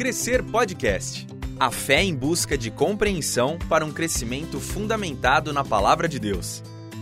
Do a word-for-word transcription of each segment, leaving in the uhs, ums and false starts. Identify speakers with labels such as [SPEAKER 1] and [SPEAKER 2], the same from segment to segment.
[SPEAKER 1] Crescer Podcast. A fé em busca de compreensão para um crescimento fundamentado na Palavra de Deus.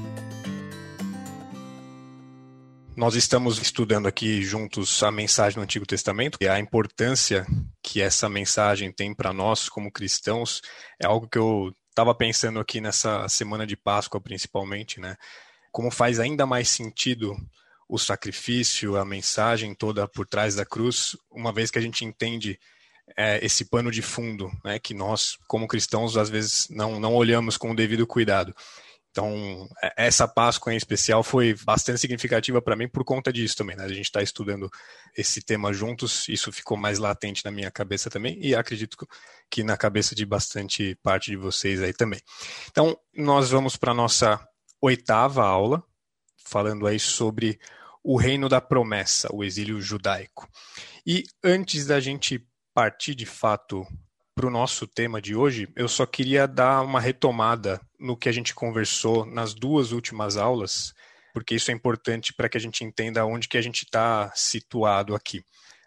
[SPEAKER 2] Nós estamos estudando aqui juntos a mensagem do Antigo Testamento e a importância que essa mensagem tem para nós como cristãos é algo que eu estava pensando aqui nessa semana de Páscoa principalmente, né? Como faz ainda mais sentido o sacrifício, a mensagem toda por trás da cruz, uma vez que a gente entende é, esse pano de fundo, né, que nós, como cristãos, às vezes não, não olhamos com o devido cuidado. Então, essa Páscoa em especial foi bastante significativa para mim por conta disso também, né? A gente está estudando esse tema juntos, isso ficou mais latente na minha cabeça também e acredito que na cabeça de bastante parte de vocês aí também. Então, nós vamos para a nossa oitava aula, falando aí sobre o reino da promessa, o exílio judaico. E antes da gente partir de fato para o nosso tema de hoje, eu só queria dar uma retomada no que a gente conversou nas duas últimas aulas, porque isso é importante para que a gente entenda onde que a gente está situado aqui.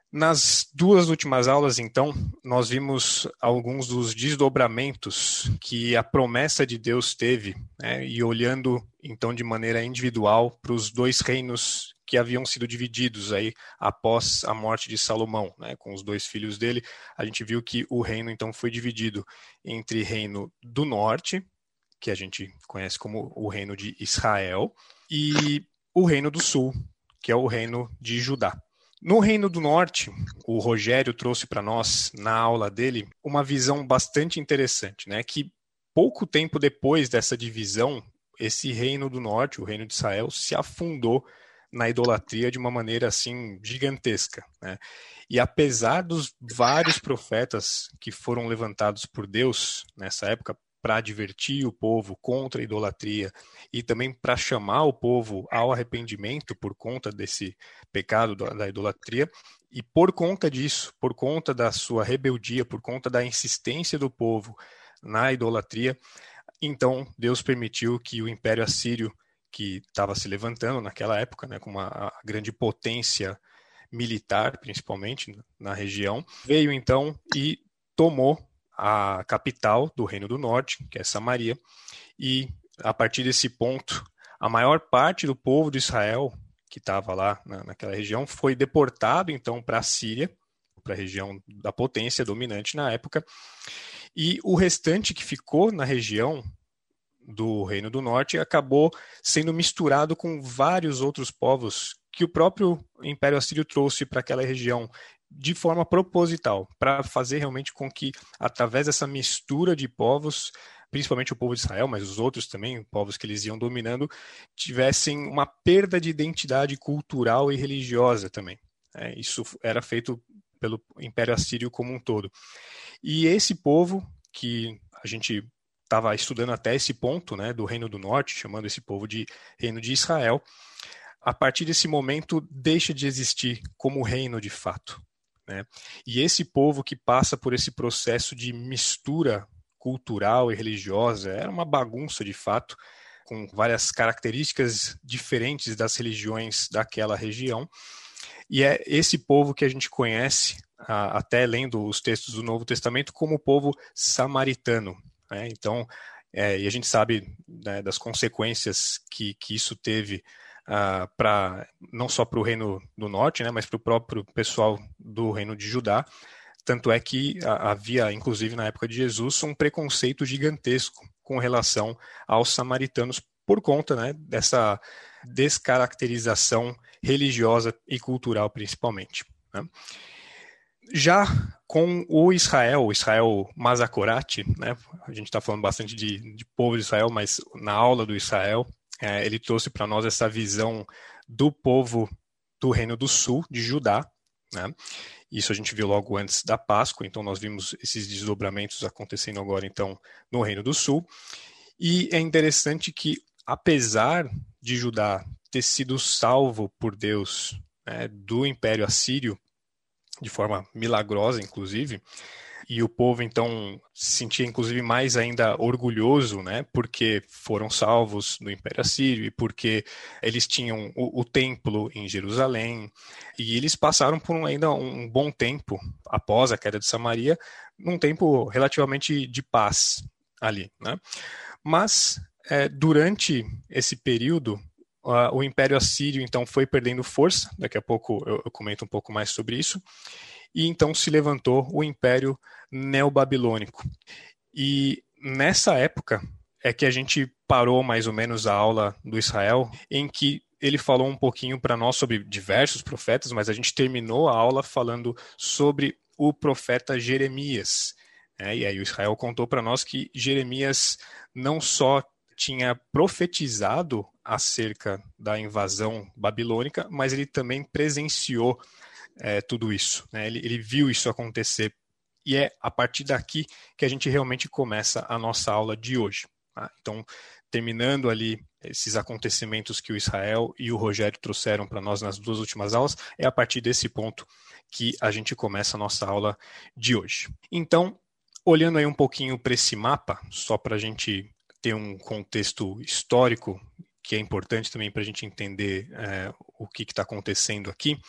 [SPEAKER 2] Nas duas últimas aulas, então, nós vimos alguns dos desdobramentos que a promessa de Deus teve, né, e olhando, então, de maneira individual para os dois reinos que haviam sido divididos aí após a morte de Salomão, né, com os dois filhos dele, a gente viu que o reino, então, foi dividido entre reino do norte, que a gente conhece como o reino de Israel, e o reino do sul, que é o reino de Judá. No Reino do Norte, o Rogério trouxe para nós, na aula dele, uma visão bastante interessante, né? Que pouco tempo depois dessa divisão, esse Reino do Norte, o Reino de Israel, se afundou na idolatria de uma maneira assim gigantesca, né? E apesar dos vários profetas que foram levantados por Deus nessa época, para advertir o povo contra a idolatria e também para chamar o povo ao arrependimento por conta desse pecado da idolatria, e por conta disso, por conta da sua rebeldia, por conta da insistência do povo na idolatria, então Deus permitiu que o Império Assírio, que estava se levantando naquela época, né, com uma grande potência militar, principalmente na região, veio então e tomou a capital do Reino do Norte, que é Samaria, e a partir desse ponto, a maior parte do povo de Israel, que estava lá na, naquela região, foi deportado então para a Síria, para a região da potência dominante na época, e o restante que ficou na região do Reino do Norte acabou sendo misturado com vários outros povos que o próprio Império Assírio trouxe para aquela região, de forma proposital, para fazer realmente com que, através dessa mistura de povos, principalmente o povo de Israel, mas os outros também, povos que eles iam dominando, tivessem uma perda de identidade cultural e religiosa também. É, isso era feito pelo Império Assírio como um todo. E esse povo, que a gente estava estudando até esse ponto, né, do Reino do Norte, chamando esse povo de Reino de Israel, a partir desse momento deixa de existir como reino de fato. Né? E esse povo que passa por esse processo de mistura cultural e religiosa, era uma bagunça de fato, com várias características diferentes das religiões daquela região, e é esse povo que a gente conhece, até lendo os textos do Novo Testamento, como o povo samaritano. Né? Então, é, e a gente sabe, né, das consequências que, que isso teve, Uh, pra, não só para o Reino do Norte, né, mas para o próprio pessoal do Reino de Judá. Tanto é que uh, havia, inclusive na época de Jesus, um preconceito gigantesco com relação aos samaritanos por conta, né, dessa descaracterização religiosa e cultural, principalmente. Né. Já com o Israel, o Israel Mazakorati, né, a gente está falando bastante de, de povo de Israel, mas na aula do Israel, É, ele trouxe para nós essa visão do povo do Reino do Sul, de Judá, né? Isso a gente viu logo antes da Páscoa, então nós vimos esses desdobramentos acontecendo agora então no Reino do Sul. E é interessante que, apesar de Judá ter sido salvo por Deus, né, do Império Assírio, de forma milagrosa inclusive, e o povo então se sentia inclusive mais ainda orgulhoso, né, porque foram salvos do Império Assírio e porque eles tinham o, o templo em Jerusalém, e eles passaram por um, ainda um bom tempo após a queda de Samaria, num tempo relativamente de paz ali, né? Mas é, durante esse período Uh, o Império Assírio, então, foi perdendo força, daqui a pouco eu, eu comento um pouco mais sobre isso, e então se levantou o Império Neobabilônico. E nessa época é que a gente parou mais ou menos a aula do Israel, em que ele falou um pouquinho para nós sobre diversos profetas, mas a gente terminou a aula falando sobre o profeta Jeremias. Né? E aí o Israel contou para nós que Jeremias não só tinha profetizado acerca da invasão babilônica, mas ele também presenciou é, tudo isso, né? ele, ele viu isso acontecer, e é a partir daqui que a gente realmente começa a nossa aula de hoje. Tá? Então, terminando ali esses acontecimentos que o Israel e o Rogério trouxeram para nós nas duas últimas aulas, é a partir desse ponto que a gente começa a nossa aula de hoje. Então, olhando aí um pouquinho para esse mapa, só para a gente ter um contexto histórico que é importante também para a gente entender é, o que está acontecendo aqui.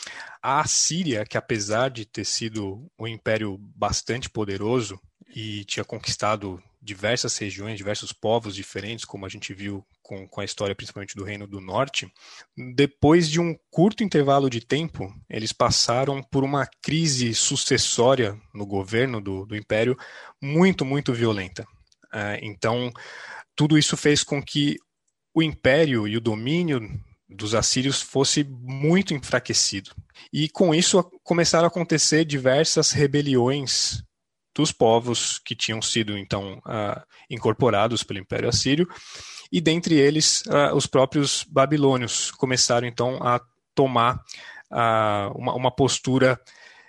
[SPEAKER 2] A Assíria, que apesar de ter sido um império bastante poderoso e tinha conquistado diversas regiões, diversos povos diferentes, como a gente viu com, com a história principalmente do Reino do Norte, depois de um curto intervalo de tempo, eles passaram por uma crise sucessória no governo do, do império muito, muito violenta. Uh, então, tudo isso fez com que o império e o domínio dos assírios fosse muito enfraquecido. E com isso começaram a acontecer diversas rebeliões dos povos que tinham sido então uh, incorporados pelo Império Assírio, e dentre eles uh, os próprios babilônios começaram então a tomar uh, uma, uma postura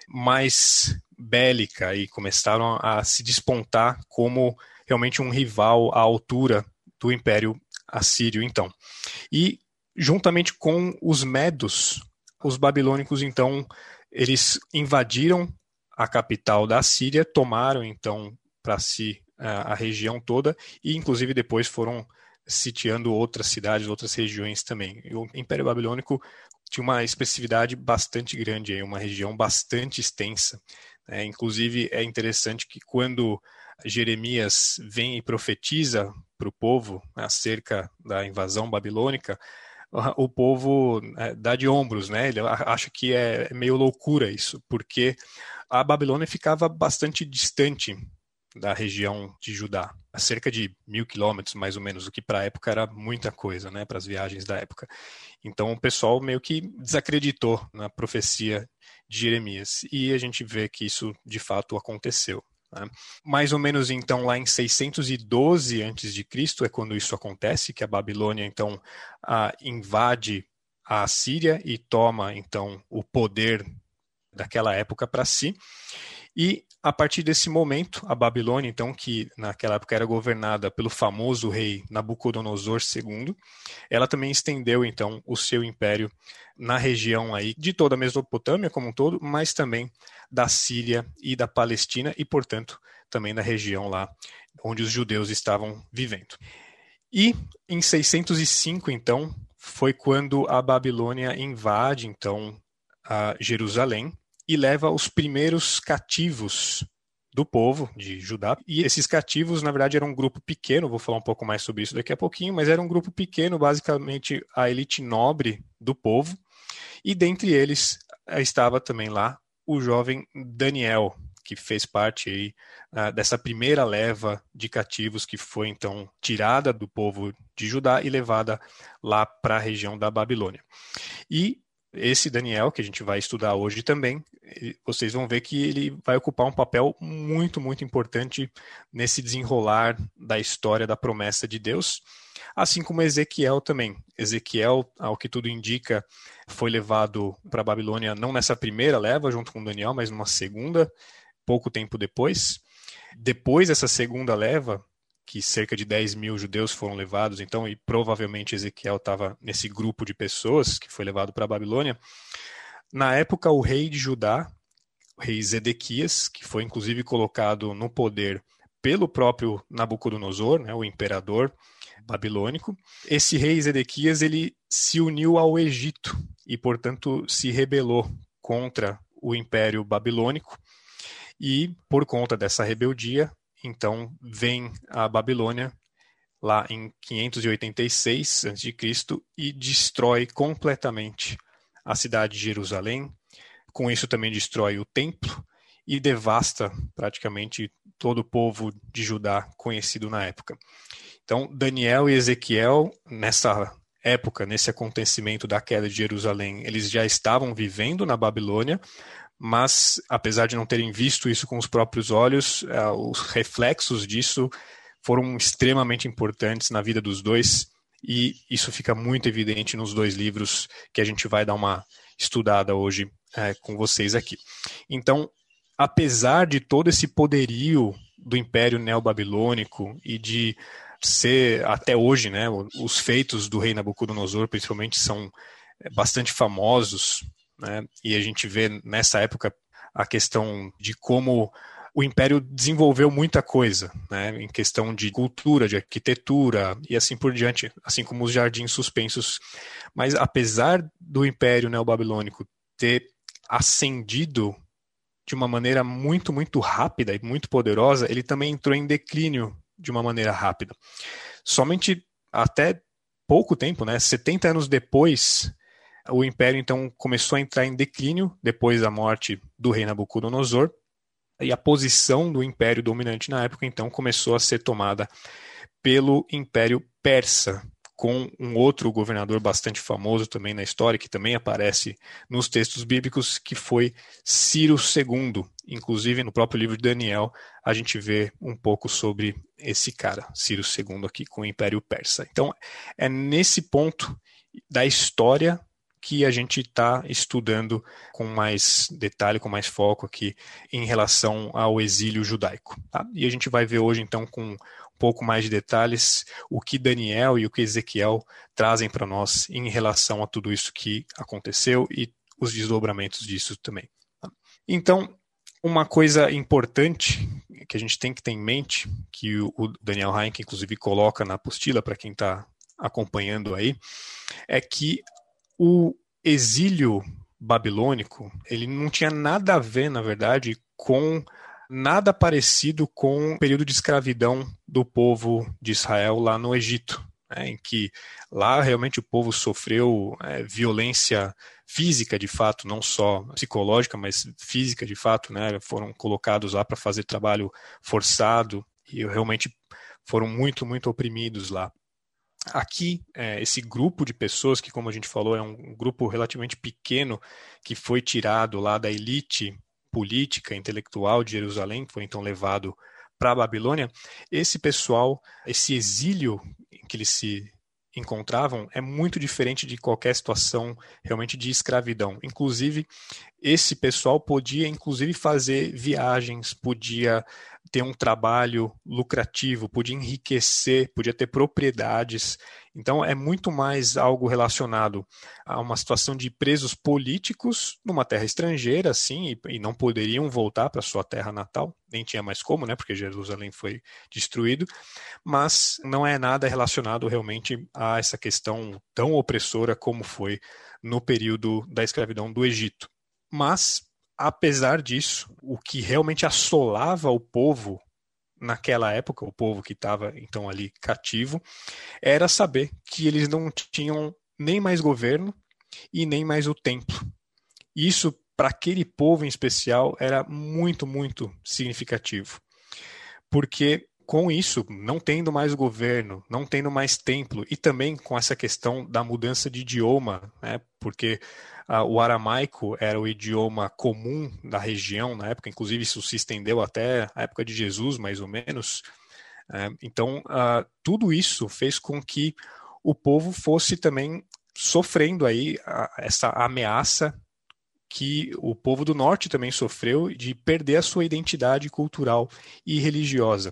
[SPEAKER 2] mais bélica e começaram a se despontar como realmente um rival à altura do Império Assírio, então. E, juntamente com os medos, os babilônicos, então, eles invadiram a capital da Síria, tomaram, então, para si a, a região toda e, inclusive, depois foram sitiando outras cidades, outras regiões também. E o Império Babilônico tinha uma expressividade bastante grande, uma região bastante extensa. É, inclusive, é interessante que quando Jeremias vem e profetiza para o povo acerca da invasão babilônica, o povo é, dá de ombros, né? Ele acha que é meio loucura isso, porque a Babilônia ficava bastante distante da região de Judá, a cerca de mil quilômetros mais ou menos, o que para a época era muita coisa, né? Para as viagens da época. Então o pessoal meio que desacreditou na profecia de Jeremias, e a gente vê que isso de fato aconteceu. Né? Mais ou menos então lá em seiscentos e doze antes de Cristo é quando isso acontece, que a Babilônia então a, invade a Síria e toma então o poder daquela época para si. E a partir desse momento, a Babilônia, então, que naquela época era governada pelo famoso rei Nabucodonosor segundo, ela também estendeu, então, o seu império na região aí de toda a Mesopotâmia como um todo, mas também da Síria e da Palestina e, portanto, também da região lá onde os judeus estavam vivendo. E em seiscentos e cinco, então, foi quando a Babilônia invade, então, a Jerusalém, e leva os primeiros cativos do povo de Judá. E esses cativos, na verdade, eram um grupo pequeno, vou falar um pouco mais sobre isso daqui a pouquinho, mas era um grupo pequeno, basicamente a elite nobre do povo. E dentre eles estava também lá o jovem Daniel, que fez parte aí, uh, dessa primeira leva de cativos que foi, então, tirada do povo de Judá e levada lá para a região da Babilônia. E esse Daniel, que a gente vai estudar hoje também, vocês vão ver que ele vai ocupar um papel muito, muito importante nesse desenrolar da história da promessa de Deus, assim como Ezequiel também. Ezequiel, ao que tudo indica, foi levado para a Babilônia não nessa primeira leva, junto com Daniel, mas numa segunda, pouco tempo depois. Depois dessa segunda leva, que cerca de dez mil judeus foram levados, então, e provavelmente Ezequiel estava nesse grupo de pessoas que foi levado para a Babilônia. Na época, o rei de Judá rei Zedequias, que foi inclusive colocado no poder pelo próprio Nabucodonosor, né, o imperador babilônico. Esse rei Zedequias, ele se uniu ao Egito e, portanto, se rebelou contra o Império Babilônico, e por conta dessa rebeldia, então, vem a Babilônia lá em quinhentos e oitenta e seis antes de Cristo e destrói completamente a cidade de Jerusalém. Com isso também destrói o templo e devasta praticamente todo o povo de Judá conhecido na época. Então, Daniel e Ezequiel, nessa época, nesse acontecimento da queda de Jerusalém, eles já estavam vivendo na Babilônia, mas, apesar de não terem visto isso com os próprios olhos, uh, os reflexos disso foram extremamente importantes na vida dos dois, e isso fica muito evidente nos dois livros que a gente vai dar uma estudada hoje uh, com vocês aqui. Então, apesar de todo esse poderio do Império Neobabilônico e de ser, até hoje, né, os feitos do rei Nabucodonosor, principalmente, são bastante famosos, né? E a gente vê nessa época a questão de como o Império desenvolveu muita coisa, né? Em questão de cultura, de arquitetura e assim por diante, assim como os jardins suspensos. Mas apesar do Império Neobabilônico ter ascendido de uma maneira muito, muito rápida e muito poderosa, ele também entrou em declínio de uma maneira rápida. Somente até pouco tempo, né, setenta anos depois, o Império então começou a entrar em declínio depois da morte do rei Nabucodonosor, e a posição do Império dominante na época então começou a ser tomada pelo Império Persa, com um outro governador bastante famoso também na história, que também aparece nos textos bíblicos, que foi Ciro segundo. Inclusive, no próprio livro de Daniel, a gente vê um pouco sobre esse cara, Ciro segundo, aqui com o Império Persa. Então, é nesse ponto da história que a gente está estudando com mais detalhe, com mais foco aqui em relação ao exílio judaico. Tá? E a gente vai ver hoje, então, com pouco mais de detalhes, o que Daniel e o que Ezequiel trazem para nós em relação a tudo isso que aconteceu e os desdobramentos disso também. Então, uma coisa importante que a gente tem que ter em mente, que o Daniel Heinck, inclusive, coloca na apostila para quem está acompanhando aí, é que o exílio babilônico, ele não tinha nada a ver, na verdade, com nada parecido com o período de escravidão do povo de Israel lá no Egito, né, em que lá realmente o povo sofreu é, violência física de fato, não só psicológica, mas física de fato, né, foram colocados lá para fazer trabalho forçado e realmente foram muito, muito oprimidos lá. Aqui, é, esse grupo de pessoas, que como a gente falou, é um grupo relativamente pequeno, que foi tirado lá da elite política, intelectual de Jerusalém, que foi então levado para a Babilônia, esse pessoal, esse exílio em que eles se encontravam é muito diferente de qualquer situação realmente de escravidão. Inclusive, esse pessoal podia inclusive fazer viagens, podia ter um trabalho lucrativo, podia enriquecer, podia ter propriedades. Então é muito mais algo relacionado a uma situação de presos políticos numa terra estrangeira, assim, e, e não poderiam voltar para sua terra natal, nem tinha mais como, né, porque Jerusalém foi destruído, mas não é nada relacionado realmente a essa questão tão opressora como foi no período da escravidão do Egito. Mas, apesar disso, o que realmente assolava o povo naquela época, o povo que estava então ali cativo, era saber que eles não tinham nem mais governo e nem mais o templo. Isso, para aquele povo em especial, era muito, muito significativo. Porque com isso, não tendo mais governo, não tendo mais templo, e também com essa questão da mudança de idioma, né, porque uh, o aramaico era o idioma comum da região na época, inclusive isso se estendeu até a época de Jesus, mais ou menos. Uh, então, uh, tudo isso fez com que o povo fosse também sofrendo aí uh, essa ameaça que o povo do norte também sofreu de perder a sua identidade cultural e religiosa.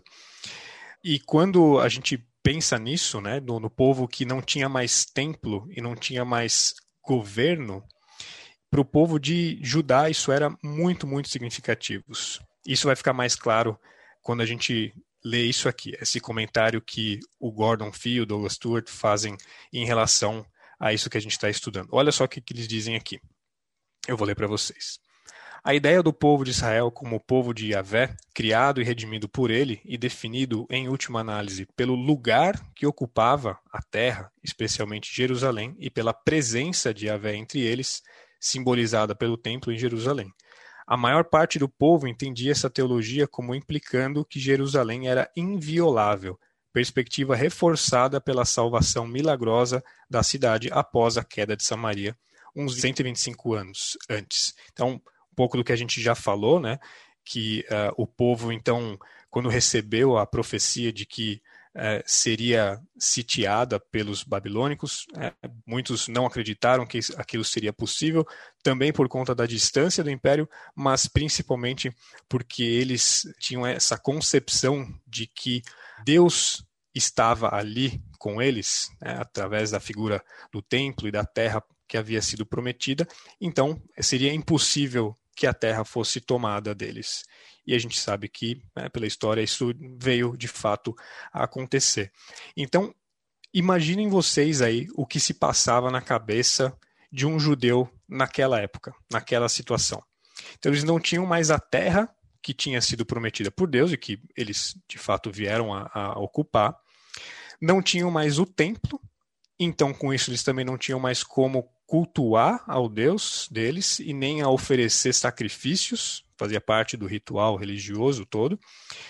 [SPEAKER 2] E quando a gente pensa nisso, né, no, no povo que não tinha mais templo e não tinha mais governo, para o povo de Judá isso era muito, muito significativo. Isso vai ficar mais claro quando a gente lê isso aqui, esse comentário que o Gordon Fee e o Douglas Stuart fazem em relação a isso que a gente está estudando. Olha só o que, que eles dizem aqui. Eu vou ler para vocês. A ideia do povo de Israel como povo de Yahvé, criado e redimido por ele e definido, em última análise, pelo lugar que ocupava a terra, especialmente Jerusalém, e pela presença de Yahvé entre eles, simbolizada pelo templo em Jerusalém. A maior parte do povo entendia essa teologia como implicando que Jerusalém era inviolável, perspectiva reforçada pela salvação milagrosa da cidade após a queda de Samaria, uns cento e vinte e cinco anos antes. Então, um pouco do que a gente já falou, né? Que uh, o povo, então, quando recebeu a profecia de que uh, seria sitiada pelos babilônicos, uh, muitos não acreditaram que aquilo seria possível, também por conta da distância do império, mas principalmente porque eles tinham essa concepção de que Deus estava ali com eles, né, através da figura do templo e da terra que havia sido prometida, então seria impossível que a terra fosse tomada deles. E a gente sabe que, né, pela história, isso veio de fato a acontecer. Então, imaginem vocês aí o que se passava na cabeça de um judeu naquela época, naquela situação. Então, eles não tinham mais a terra que tinha sido prometida por Deus e que eles, de fato, vieram a, a ocupar. Não tinham mais o templo, então, com isso, eles também não tinham mais como cultuar ao Deus deles e nem a oferecer sacrifícios, fazia parte do ritual religioso todo.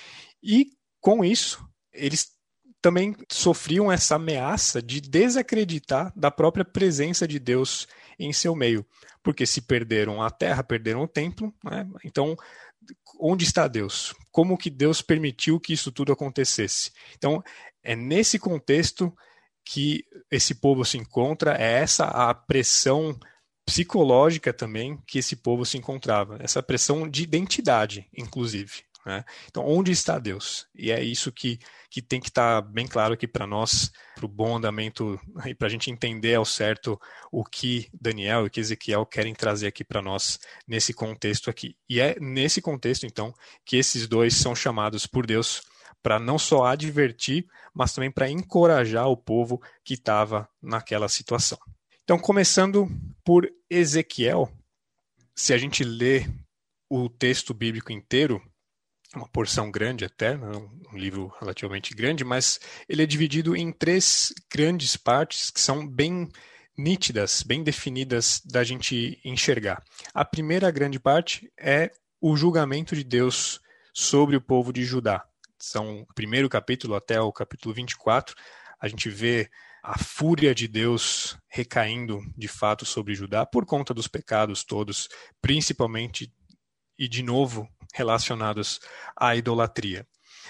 [SPEAKER 2] E, com isso, eles também sofriam essa ameaça de desacreditar da própria presença de Deus em seu meio, porque se perderam a terra, perderam o templo, né? Então, onde está Deus? Como que Deus permitiu que isso tudo acontecesse? Então, é nesse contexto que esse povo se encontra, é essa a pressão psicológica também que esse povo se encontrava, essa pressão de identidade, inclusive, né? Então, onde está Deus? E é isso que, que tem que estar bem claro aqui para nós, para o bom andamento, e para a gente entender ao certo o que Daniel e o que Ezequiel querem trazer aqui para nós nesse contexto aqui. E é nesse contexto, então, que esses dois são chamados por Deus para não só advertir, mas também para encorajar o povo que estava naquela situação. Então, começando por Ezequiel, se a gente lê o texto bíblico inteiro, uma porção grande até, um livro relativamente grande, mas ele é dividido em três grandes partes que são bem nítidas, bem definidas da gente enxergar. A primeira grande parte é o julgamento de Deus sobre o povo de Judá. São o primeiro capítulo até o capítulo vinte e quatro, a gente vê a fúria de Deus recaindo de fato sobre Judá por conta dos pecados todos, principalmente e de novo relacionados à idolatria.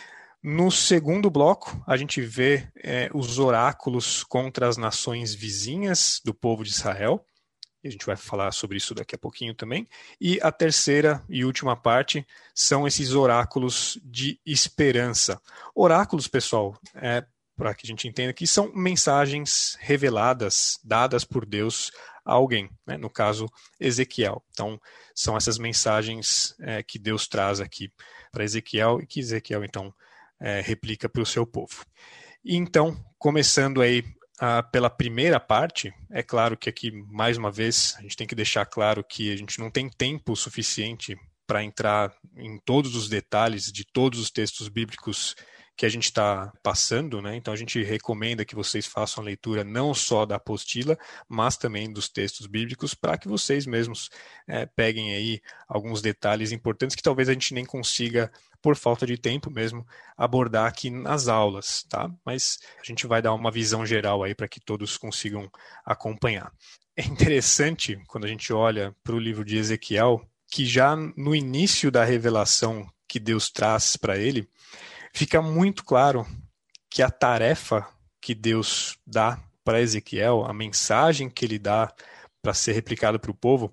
[SPEAKER 2] No segundo bloco, a gente vê é, os oráculos contra as nações vizinhas do povo de Israel. A gente vai falar sobre isso daqui a pouquinho também. E a terceira e última parte são esses oráculos de esperança. Oráculos, pessoal, é, para que a gente entenda que são mensagens reveladas, dadas por Deus a alguém, né? No caso, Ezequiel. Então, são essas mensagens é, que Deus traz aqui para Ezequiel e que Ezequiel, então, é, replica para o seu povo. E então, começando aí Ah, pela primeira parte, é claro que aqui, mais uma vez, a gente tem que deixar claro que a gente não tem tempo suficiente para entrar em todos os detalhes de todos os textos bíblicos que a gente está passando, né? Então a gente recomenda que vocês façam a leitura não só da apostila, mas também dos textos bíblicos, para que vocês mesmos é, peguem aí alguns detalhes importantes que talvez a gente nem consiga, por falta de tempo mesmo, abordar aqui nas aulas, tá? Mas a gente vai dar uma visão geral aí para que todos consigam acompanhar. É interessante, quando a gente olha para o livro de Ezequiel, que já no início da revelação que Deus traz para ele, fica muito claro que a tarefa que Deus dá para Ezequiel, a mensagem que ele dá para ser replicada para o povo,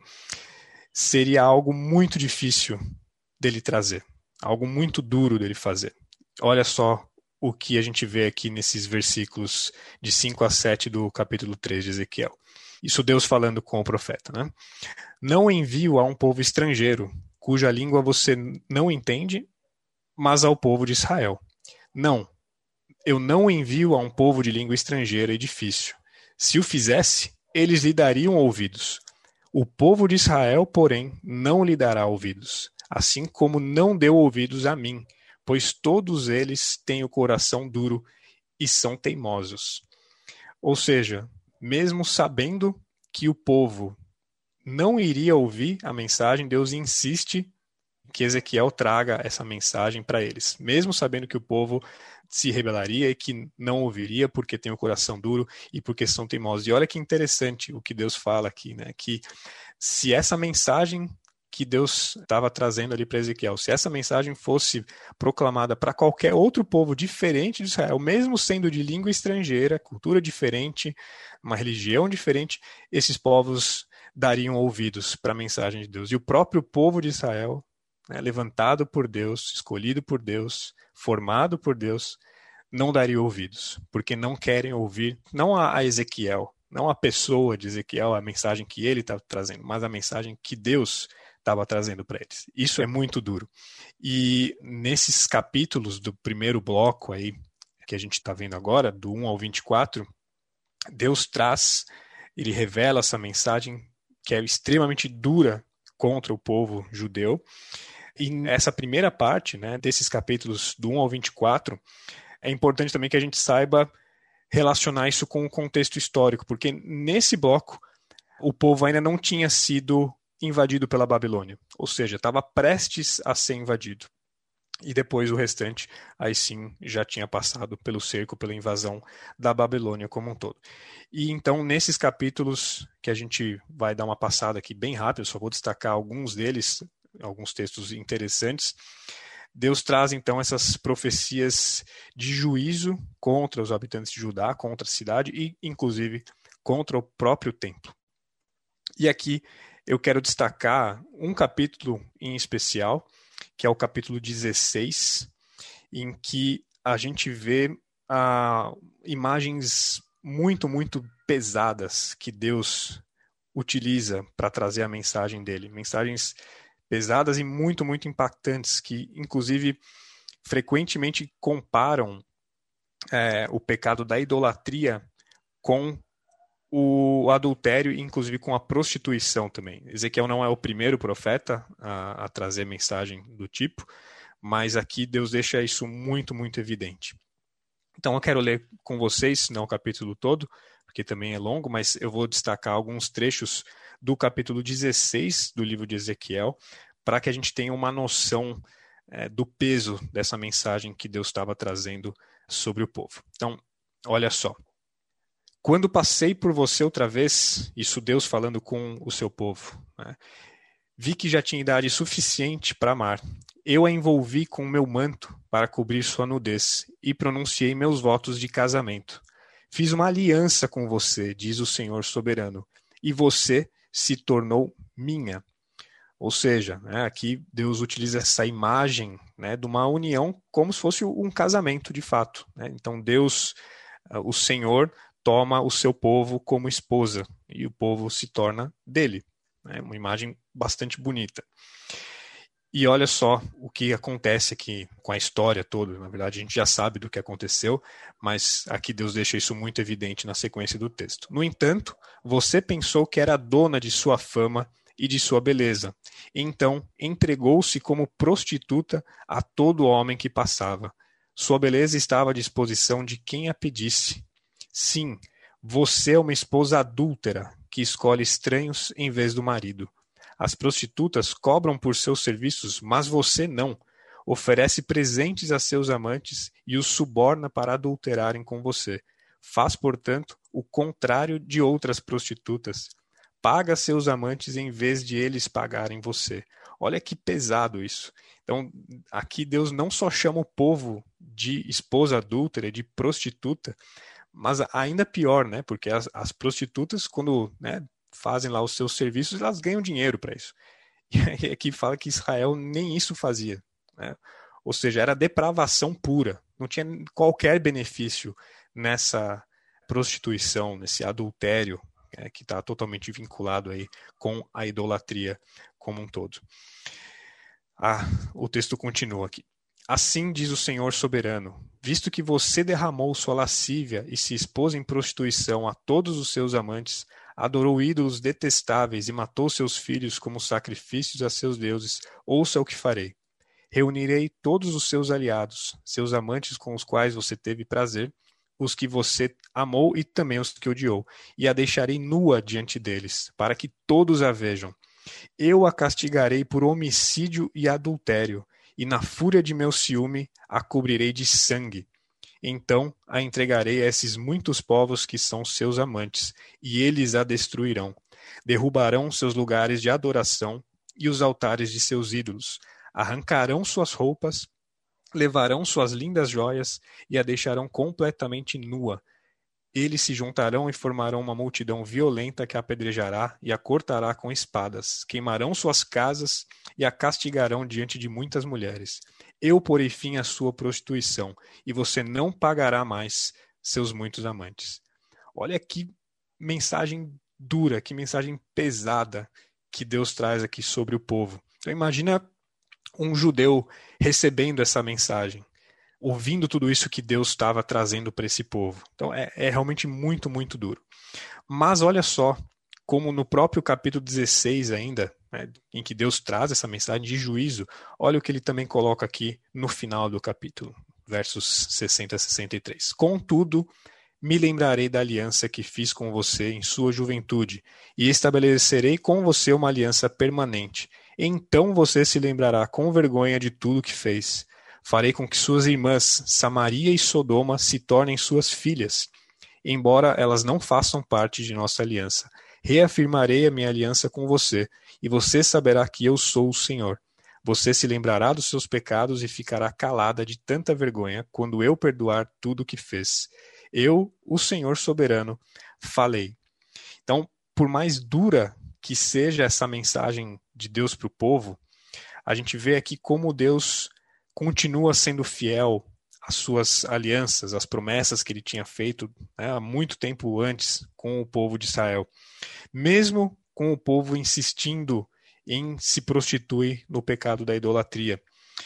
[SPEAKER 2] seria algo muito difícil dele trazer. Algo muito duro dele fazer. Olha só o que a gente vê aqui nesses versículos de cinco a sete do capítulo três de Ezequiel. Isso Deus falando com o profeta, né? Não envio a um povo estrangeiro, cuja língua você não entende, mas ao povo de Israel. Não, eu não envio a um povo de língua estrangeira e difícil. Se o fizesse, eles lhe dariam ouvidos. O povo de Israel, porém, não lhe dará ouvidos, assim como não deu ouvidos a mim, pois todos eles têm o coração duro e são teimosos. Ou seja, mesmo sabendo que o povo não iria ouvir a mensagem, Deus insiste que Ezequiel traga essa mensagem para eles, mesmo sabendo que o povo se rebelaria e que não ouviria porque tem o coração duro e porque são teimosos. E olha que interessante o que Deus fala aqui, né? Que se essa mensagem que Deus estava trazendo ali para Ezequiel, se essa mensagem fosse proclamada para qualquer outro povo diferente de Israel, mesmo sendo de língua estrangeira, cultura diferente, uma religião diferente, esses povos dariam ouvidos para a mensagem de Deus. E o próprio povo de Israel, né, levantado por Deus, escolhido por Deus, formado por Deus, não daria ouvidos, porque não querem ouvir, não a, a Ezequiel, não a pessoa de Ezequiel, a mensagem que ele estava trazendo, mas a mensagem que Deus estava trazendo para eles. Isso é muito duro. E nesses capítulos do primeiro bloco aí, que a gente está vendo agora, do um ao vinte e quatro, Deus traz, ele revela essa mensagem que é extremamente dura contra o povo judeu. E essa primeira parte, né, desses capítulos do um ao vinte e quatro, é importante também que a gente saiba relacionar isso com o contexto histórico, porque nesse bloco o povo ainda não tinha sido invadido pela Babilônia, ou seja, estava prestes a ser invadido. E depois o restante, aí sim, já tinha passado pelo cerco, pela invasão da Babilônia como um todo. E então, nesses capítulos, que a gente vai dar uma passada aqui bem rápido, só vou destacar alguns deles, alguns textos interessantes, Deus traz então essas profecias de juízo contra os habitantes de Judá, contra a cidade e, inclusive, contra o próprio templo. E aqui eu quero destacar um capítulo em especial, que é o capítulo dezesseis, em que a gente vê ah, imagens muito, muito pesadas que Deus utiliza para trazer a mensagem dele. Mensagens pesadas e muito, muito impactantes, que inclusive frequentemente comparam é, o pecado da idolatria com o adultério, inclusive com a prostituição também. Ezequiel não é o primeiro profeta a, a trazer mensagem do tipo, mas aqui Deus deixa isso muito, muito evidente. Então eu quero ler com vocês, não o capítulo todo, porque também é longo, mas eu vou destacar alguns trechos do capítulo dezesseis do livro de Ezequiel, para que a gente tenha uma noção é, do peso dessa mensagem que Deus estava trazendo sobre o povo. Então, olha só. Quando passei por você outra vez, isso Deus falando com o seu povo, né? Vi que já tinha idade suficiente para amar. Eu a envolvi com o meu manto para cobrir sua nudez e pronunciei meus votos de casamento. Fiz uma aliança com você, diz o Senhor soberano, e você se tornou minha. Ou seja, né, aqui Deus utiliza essa imagem, né, de uma união como se fosse um casamento de fato, né? Então Deus, o Senhor, toma o seu povo como esposa e o povo se torna dele. É uma imagem bastante bonita. E olha só o que acontece aqui com a história toda. Na verdade, a gente já sabe do que aconteceu, mas aqui Deus deixa isso muito evidente na sequência do texto. No entanto, você pensou que era dona de sua fama e de sua beleza. Então, entregou-se como prostituta a todo homem que passava. Sua beleza estava à disposição de quem a pedisse. Sim, você é uma esposa adúltera que escolhe estranhos em vez do marido. As prostitutas cobram por seus serviços, mas você não. Oferece presentes a seus amantes e os suborna para adulterarem com você. Faz, portanto, o contrário de outras prostitutas. Paga seus amantes em vez de eles pagarem você. Olha que pesado isso. Então, aqui Deus não só chama o povo de esposa adúltera, de prostituta, mas ainda pior, né? Porque as, as prostitutas, quando, né, fazem lá os seus serviços, elas ganham dinheiro para isso. E aqui fala que Israel nem isso fazia, né? Ou seja, era depravação pura. não tinha qualquer benefício nessa prostituição, nesse adultério, é, que está totalmente vinculado aí com a idolatria como um todo. Ah, o texto continua aqui. Assim diz o Senhor soberano, visto que você derramou sua lascívia e se expôs em prostituição a todos os seus amantes, adorou ídolos detestáveis e matou seus filhos como sacrifícios a seus deuses, ouça o que farei. Reunirei todos os seus aliados, seus amantes com os quais você teve prazer, os que você amou e também os que odiou, e a deixarei nua diante deles, para que todos a vejam. Eu a castigarei por homicídio e adultério, e na fúria de meu ciúme a cobrirei de sangue. Então a entregarei a esses muitos povos que são seus amantes, e eles a destruirão. Derrubarão seus lugares de adoração e os altares de seus ídolos, arrancarão suas roupas, levarão suas lindas joias e a deixarão completamente nua. Eles se juntarão e formarão uma multidão violenta que a apedrejará e a cortará com espadas. Queimarão suas casas e a castigarão diante de muitas mulheres. Eu porei fim à sua prostituição, e você não pagará mais seus muitos amantes. Olha que mensagem dura, que mensagem pesada que Deus traz aqui sobre o povo. Então imagina um judeu recebendo essa mensagem, ouvindo tudo isso que Deus estava trazendo para esse povo. Então é, é realmente muito, muito duro. Mas olha só, como no próprio capítulo dezesseis ainda, né, em que Deus traz essa mensagem de juízo, olha o que ele também coloca aqui no final do capítulo, versos sessenta a sessenta e três. Contudo, me lembrarei da aliança que fiz com você em sua juventude, e estabelecerei com você uma aliança permanente. Então você se lembrará com vergonha de tudo que fez. Farei com que suas irmãs, Samaria e Sodoma, se tornem suas filhas, embora elas não façam parte de nossa aliança. Reafirmarei a minha aliança com você, e você saberá que eu sou o Senhor. Você se lembrará dos seus pecados e ficará calada de tanta vergonha quando eu perdoar tudo o que fez. Eu, o Senhor soberano, falei. Então, por mais dura que seja essa mensagem de Deus para o povo, a gente vê aqui como Deus continua sendo fiel às suas alianças, às promessas que ele tinha feito, né, há muito tempo antes com o povo de Israel. Mesmo com o povo insistindo em se prostituir no pecado da idolatria.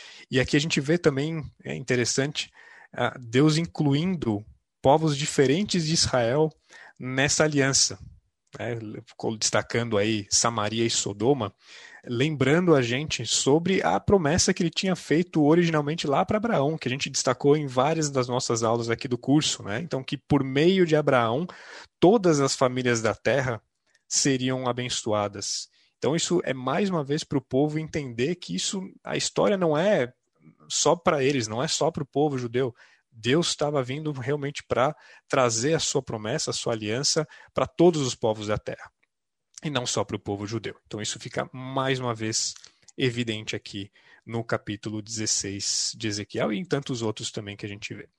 [SPEAKER 2] E aqui a gente vê também, é interessante, Deus incluindo povos diferentes de Israel nessa aliança. Né, destacando aí Samaria e Sodoma, lembrando a gente sobre a promessa que ele tinha feito originalmente lá para Abraão, que a gente destacou em várias das nossas aulas aqui do curso, né? Então que por meio de Abraão todas as famílias da terra seriam abençoadas. Então isso é mais uma vez para o povo entender que isso, a história não é só para eles, não é só para o povo judeu. Deus estava vindo realmente para trazer a sua promessa, a sua aliança para todos os povos da terra, e não só para o povo judeu. Então isso fica mais uma vez evidente aqui no capítulo dezesseis de Ezequiel e em tantos outros também que a gente vê.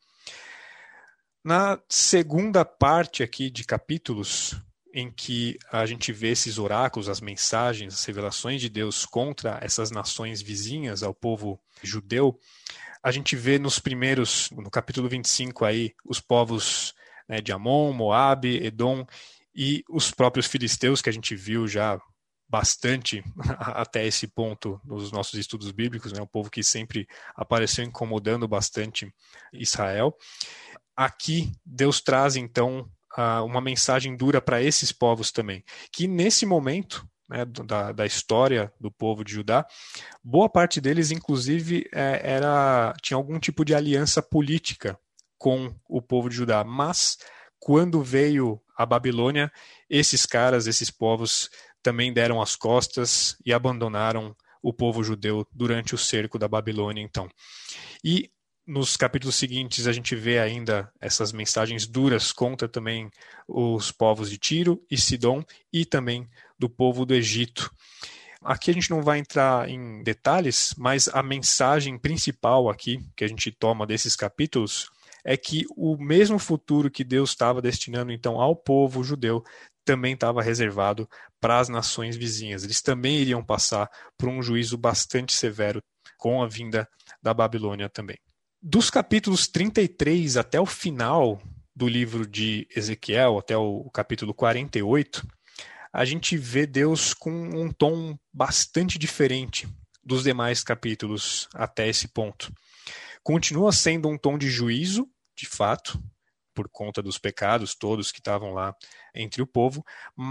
[SPEAKER 2] Na segunda parte aqui de capítulos, em que a gente vê esses oráculos, as mensagens, as revelações de Deus contra essas nações vizinhas ao povo judeu, a gente vê nos primeiros, no capítulo vinte e cinco aí, os povos, né, de Amon, Moabe, Edom e os próprios filisteus, que a gente viu já bastante até esse ponto nos nossos estudos bíblicos, né, um povo que sempre apareceu incomodando bastante Israel. Aqui Deus traz então uma mensagem dura para esses povos também, que nesse momento, né, da, da história do povo de Judá, boa parte deles, inclusive, é, era, tinha algum tipo de aliança política com o povo de Judá. Mas, quando veio a Babilônia, esses caras, esses povos, também deram as costas e abandonaram o povo judeu durante o cerco da Babilônia, então. E nos capítulos seguintes a gente vê ainda essas mensagens duras contra também os povos de Tiro e Sidom e também do povo do Egito. Aqui a gente não vai entrar em detalhes, mas a mensagem principal aqui que a gente toma desses capítulos é que o mesmo futuro que Deus estava destinando então ao povo judeu também estava reservado para as nações vizinhas. Eles também iriam passar por um juízo bastante severo com a vinda da Babilônia também. Dos capítulos trinta e três até o final do livro de Ezequiel, até o capítulo quarenta e oito, a gente vê Deus com um tom bastante diferente dos demais capítulos até esse ponto. Continua sendo um tom de juízo, de fato, por conta dos pecados todos que estavam lá entre o povo,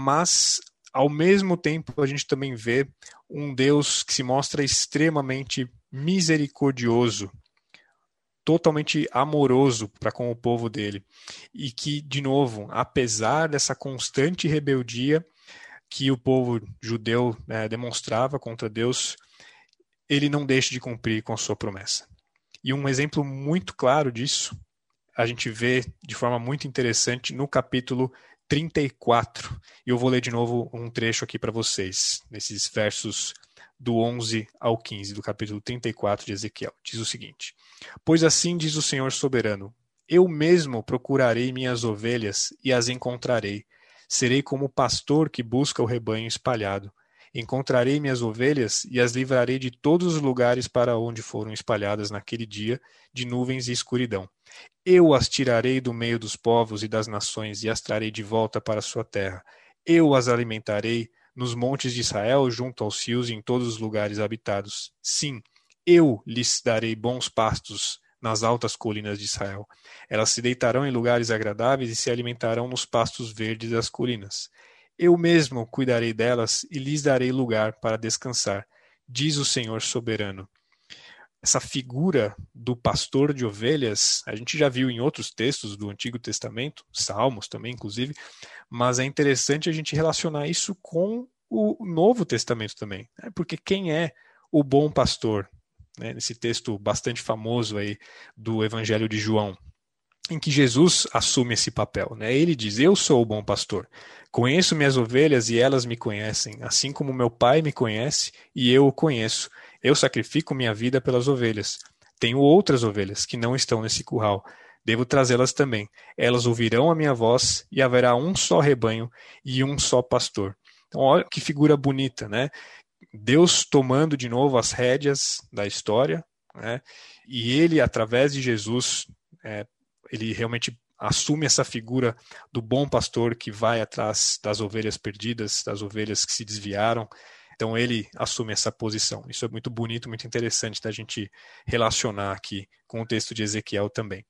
[SPEAKER 2] mas ao mesmo tempo a gente também vê um Deus que se mostra extremamente misericordioso, totalmente amoroso para com o povo dele, e que, de novo, apesar dessa constante rebeldia que o povo judeu, né, demonstrava contra Deus, ele não deixa de cumprir com a sua promessa. E um exemplo muito claro disso, a gente vê de forma muito interessante no capítulo trinta e quatro. E eu vou ler de novo um trecho aqui para vocês, nesses versos do onze ao quinze, do capítulo trinta e quatro de Ezequiel. Diz o seguinte: Pois assim diz o Senhor soberano, eu mesmo procurarei minhas ovelhas e as encontrarei. Serei como o pastor que busca o rebanho espalhado. Encontrarei minhas ovelhas e as livrarei de todos os lugares para onde foram espalhadas naquele dia, de nuvens e escuridão. Eu as tirarei do meio dos povos e das nações e as trarei de volta para a sua terra. Eu as alimentarei nos montes de Israel, junto aos rios e em todos os lugares habitados. Sim, eu lhes darei bons pastos nas altas colinas de Israel. Elas se deitarão em lugares agradáveis e se alimentarão nos pastos verdes das colinas. Eu mesmo cuidarei delas e lhes darei lugar para descansar, diz o Senhor soberano. Essa figura do pastor de ovelhas, a gente já viu em outros textos do Antigo Testamento, Salmos também, inclusive, mas é interessante a gente relacionar isso com o Novo Testamento também, né? Porque quem é o bom pastor? Né? Nesse texto bastante famoso aí do Evangelho de João, em que Jesus assume esse papel, né? Ele diz, eu sou o bom pastor, conheço minhas ovelhas e elas me conhecem, assim como meu Pai me conhece e eu o conheço. Eu sacrifico minha vida pelas ovelhas. Tenho outras ovelhas que não estão nesse curral. Devo trazê-las também. Elas ouvirão a minha voz e haverá um só rebanho e um só pastor. Então, olha que figura bonita, né? Deus tomando de novo as rédeas da história, né? E ele, através de Jesus, é, ele realmente assume essa figura do bom pastor que vai atrás das ovelhas perdidas, das ovelhas que se desviaram. Então ele assume essa posição. Isso é muito bonito, muito interessante da gente relacionar aqui com o texto de Ezequiel também.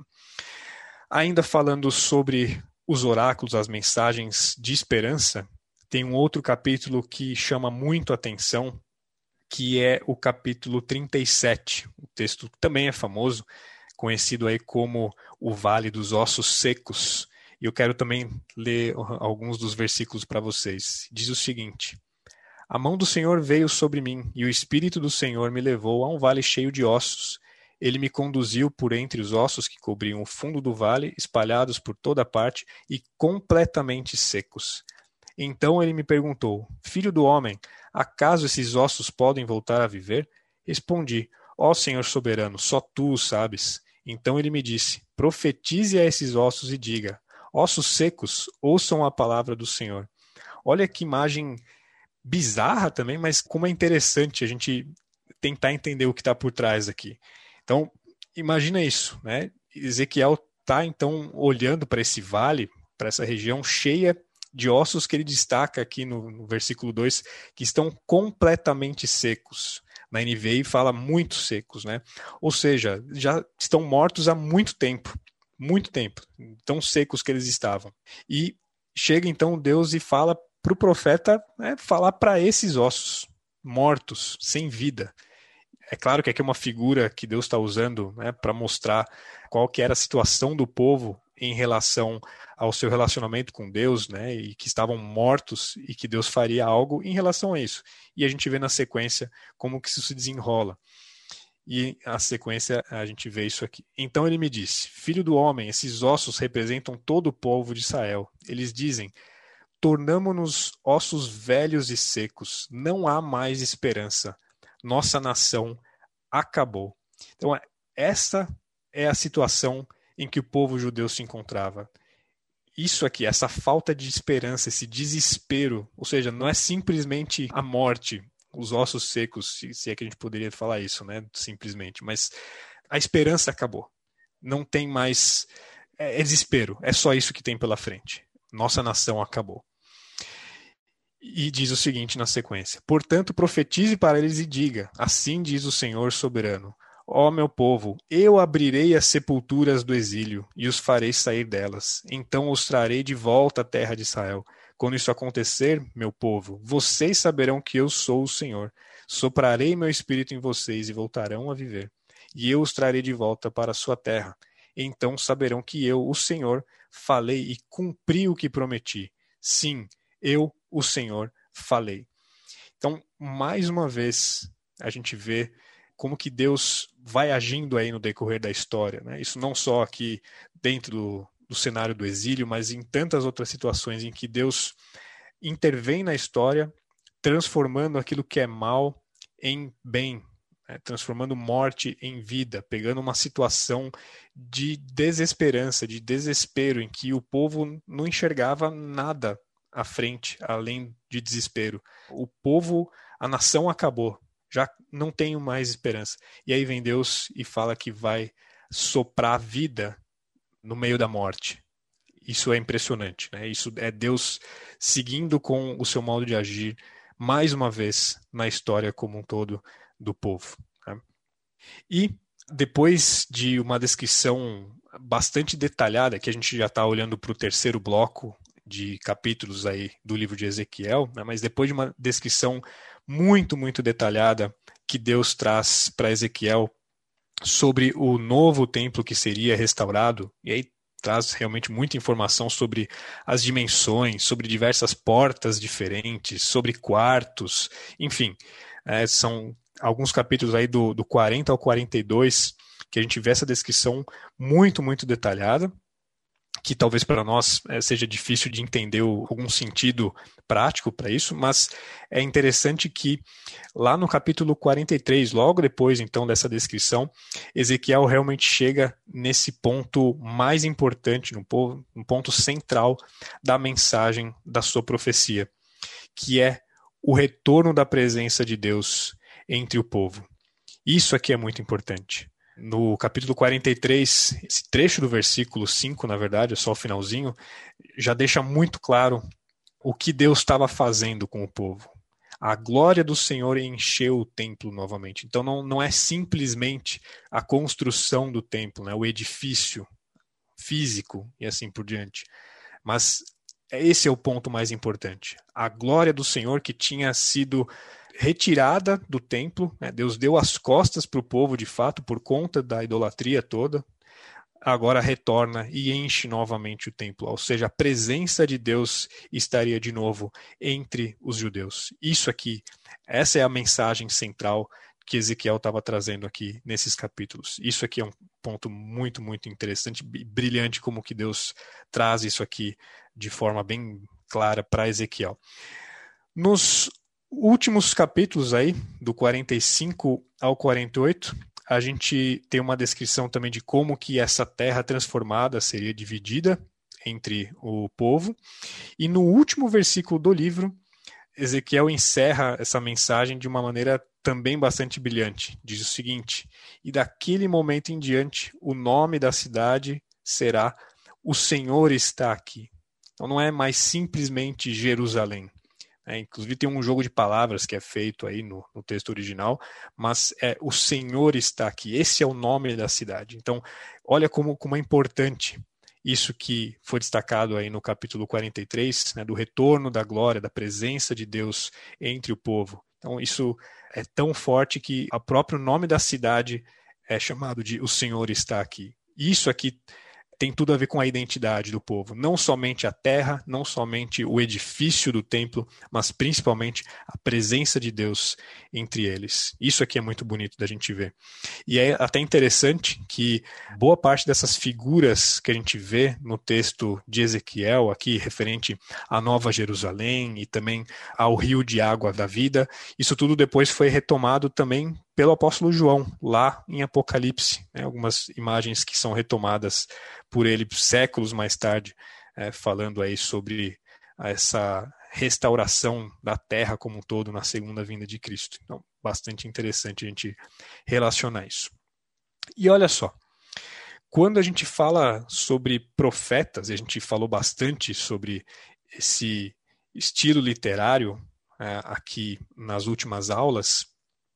[SPEAKER 2] Ainda falando sobre os oráculos, as mensagens de esperança, tem um outro capítulo que chama muito a atenção, que é o capítulo trinta e sete. O texto também é famoso, conhecido aí como o Vale dos Ossos Secos. E eu quero também ler alguns dos versículos para vocês. Diz o seguinte: A mão do Senhor veio sobre mim, e o Espírito do Senhor me levou a um vale cheio de ossos. Ele me conduziu por entre os ossos que cobriam o fundo do vale, espalhados por toda parte e completamente secos. Então ele me perguntou, Filho do homem, acaso esses ossos podem voltar a viver? Respondi, ó Senhor soberano, só tu o sabes. Então ele me disse, profetize a esses ossos e diga, ossos secos, ouçam a palavra do Senhor. Olha que imagem bizarra também, mas como é interessante a gente tentar entender o que está por trás aqui. Então, imagina isso, né? Ezequiel está, então, olhando para esse vale, para essa região cheia de ossos que ele destaca aqui no, no versículo dois, que estão completamente secos. Na N V I fala muito secos, né? Ou seja, já estão mortos há muito tempo, muito tempo, tão secos que eles estavam. E chega então Deus e fala para o profeta, né, falar para esses ossos mortos, sem vida. É claro que aqui é uma figura que Deus está usando, né, para mostrar qual que era a situação do povo em relação ao seu relacionamento com Deus, né, e que estavam mortos e que Deus faria algo em relação a isso. E a gente vê na sequência como que isso se desenrola. E a sequência a gente vê isso aqui. Então ele me disse, Filho do homem, esses ossos representam todo o povo de Israel. Eles dizem, tornamo-nos ossos velhos e secos, não há mais esperança. Nossa nação acabou. Então, essa é a situação em que o povo judeu se encontrava. Isso aqui, essa falta de esperança, esse desespero, ou seja, não é simplesmente a morte, os ossos secos, se é que a gente poderia falar isso, né? Simplesmente, mas a esperança acabou. Não tem mais, é, é desespero, é só isso que tem pela frente. Nossa nação acabou. E diz o seguinte na sequência: portanto, profetize para eles e diga, assim diz o Senhor soberano, ó meu povo, eu abrirei as sepulturas do exílio e os farei sair delas. Então os trarei de volta à terra de Israel. Quando isso acontecer, meu povo, vocês saberão que eu sou o Senhor. Soprarei meu espírito em vocês e voltarão a viver. E eu os trarei de volta para a sua terra. Então saberão que eu, o Senhor, falei e cumpri o que prometi. Sim, eu, o Senhor, falei. Então, mais uma vez, a gente vê como que Deus vai agindo aí no decorrer da história, né? Isso não só aqui dentro do, do cenário do exílio, mas em tantas outras situações em que Deus intervém na história, transformando aquilo que é mal em bem, né? Transformando morte em vida, pegando uma situação de desesperança, de desespero, em que o povo não enxergava nada à frente, além de desespero. O povo, a nação acabou. Já não tenho mais esperança. E aí vem Deus e fala que vai soprar vida no meio da morte. Isso é impressionante, né? Isso é Deus seguindo com o seu modo de agir, mais uma vez, na história como um todo do povo. Né? E depois de uma descrição bastante detalhada, que a gente já está olhando para o terceiro bloco de capítulos aí do livro de Ezequiel, né? Mas depois de uma descrição muito, muito detalhada que Deus traz para Ezequiel sobre o novo templo que seria restaurado, e aí traz realmente muita informação sobre as dimensões, sobre diversas portas diferentes, sobre quartos, enfim, é, são alguns capítulos aí do, do quarenta ao quarenta e dois que a gente vê essa descrição muito, muito detalhada, que talvez para nós é, seja difícil de entender o, algum sentido prático para isso, mas é interessante que lá no capítulo quarenta e três, logo depois então dessa descrição, Ezequiel realmente chega nesse ponto mais importante, no, no ponto central da mensagem da sua profecia, que é o retorno da presença de Deus entre o povo. Isso aqui é muito importante. No capítulo quarenta e três, esse trecho do versículo cinco, na verdade, é só o finalzinho, já deixa muito claro o que Deus estava fazendo com o povo. A glória do Senhor encheu o templo novamente. Então não, não é simplesmente a construção do templo, né, o edifício físico e assim por diante. Mas esse é o ponto mais importante. A glória do Senhor que tinha sido retirada do templo, né? Deus deu as costas para o povo de fato por conta da idolatria toda, agora retorna e enche novamente o templo, ou seja, a presença de Deus estaria de novo entre os judeus. Isso aqui, essa é a mensagem central que Ezequiel estava trazendo aqui nesses capítulos. Isso aqui é um ponto muito, muito interessante, brilhante como que Deus traz isso aqui de forma bem clara para Ezequiel. Nos últimos capítulos aí, do quarenta e cinco ao quarenta e oito, a gente tem uma descrição também de como que essa terra transformada seria dividida entre o povo. E no último versículo do livro, Ezequiel encerra essa mensagem de uma maneira também bastante brilhante. Diz o seguinte: e daquele momento em diante, o nome da cidade será O Senhor está aqui. Então não é mais simplesmente Jerusalém. É, inclusive tem um jogo de palavras que é feito aí no, no texto original, mas é o Senhor está aqui, esse é o nome da cidade. Então, olha como, como é importante isso que foi destacado aí no capítulo quarenta e três, né, do retorno da glória, da presença de Deus entre o povo. Então, isso é tão forte que o próprio nome da cidade é chamado de O Senhor está aqui. Isso aqui tem tudo a ver com a identidade do povo. Não somente a terra, não somente o edifício do templo, mas principalmente a presença de Deus entre eles. Isso aqui é muito bonito da gente ver. E é até interessante que boa parte dessas figuras que a gente vê no texto de Ezequiel, aqui referente à Nova Jerusalém e também ao rio de água da vida, isso tudo depois foi retomado também pelo apóstolo João, lá em Apocalipse, né, algumas imagens que são retomadas por ele séculos mais tarde, é, falando aí sobre essa restauração da terra como um todo na segunda vinda de Cristo. Então, bastante interessante a gente relacionar isso. E olha só, quando a gente fala sobre profetas, e a gente falou bastante sobre esse estilo literário é, aqui nas últimas aulas,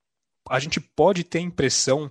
[SPEAKER 2] a gente pode ter a impressão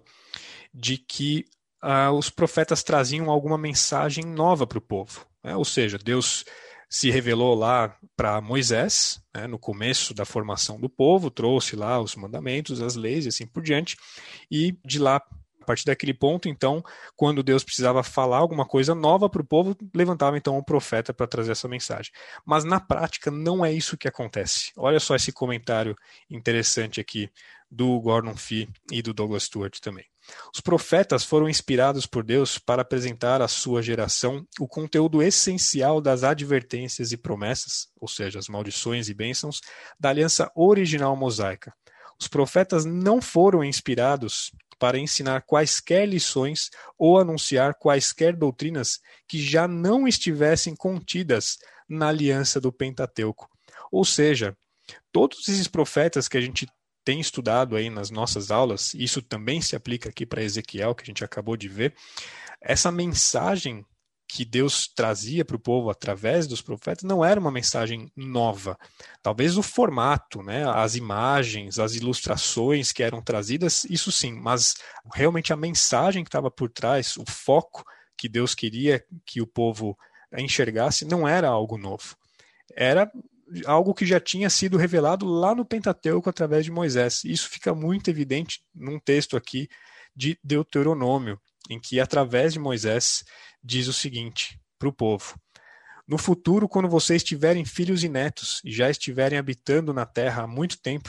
[SPEAKER 2] de que ah, os profetas traziam alguma mensagem nova para o povo. Né? Ou seja, Deus se revelou lá para Moisés, né, no começo da formação do povo, trouxe lá os mandamentos, as leis e assim por diante, e de lá, a partir daquele ponto, então, quando Deus precisava falar alguma coisa nova para o povo, levantava então o profeta para trazer essa mensagem. Mas na prática não é isso que acontece. Olha só esse comentário interessante aqui do Gordon Fee e do Douglas Stuart também. Os profetas foram inspirados por Deus para apresentar à sua geração o conteúdo essencial das advertências e promessas, ou seja, as maldições e bênçãos, da aliança original mosaica. Os profetas não foram inspirados para ensinar quaisquer lições ou anunciar quaisquer doutrinas que já não estivessem contidas na aliança do Pentateuco. Ou seja, todos esses profetas que a gente tem estudado aí nas nossas aulas, e isso também se aplica aqui para Ezequiel, que a gente acabou de ver, essa mensagem que Deus trazia para o povo através dos profetas não era uma mensagem nova. Talvez o formato, né, as imagens, as ilustrações que eram trazidas, isso sim, mas realmente a mensagem que estava por trás, o foco que Deus queria que o povo enxergasse, não era algo novo. Era algo que já tinha sido revelado lá no Pentateuco através de Moisés. Isso fica muito evidente num texto aqui de Deuteronômio, em que através de Moisés diz o seguinte para o povo: no futuro, quando vocês tiverem filhos e netos e já estiverem habitando na terra há muito tempo,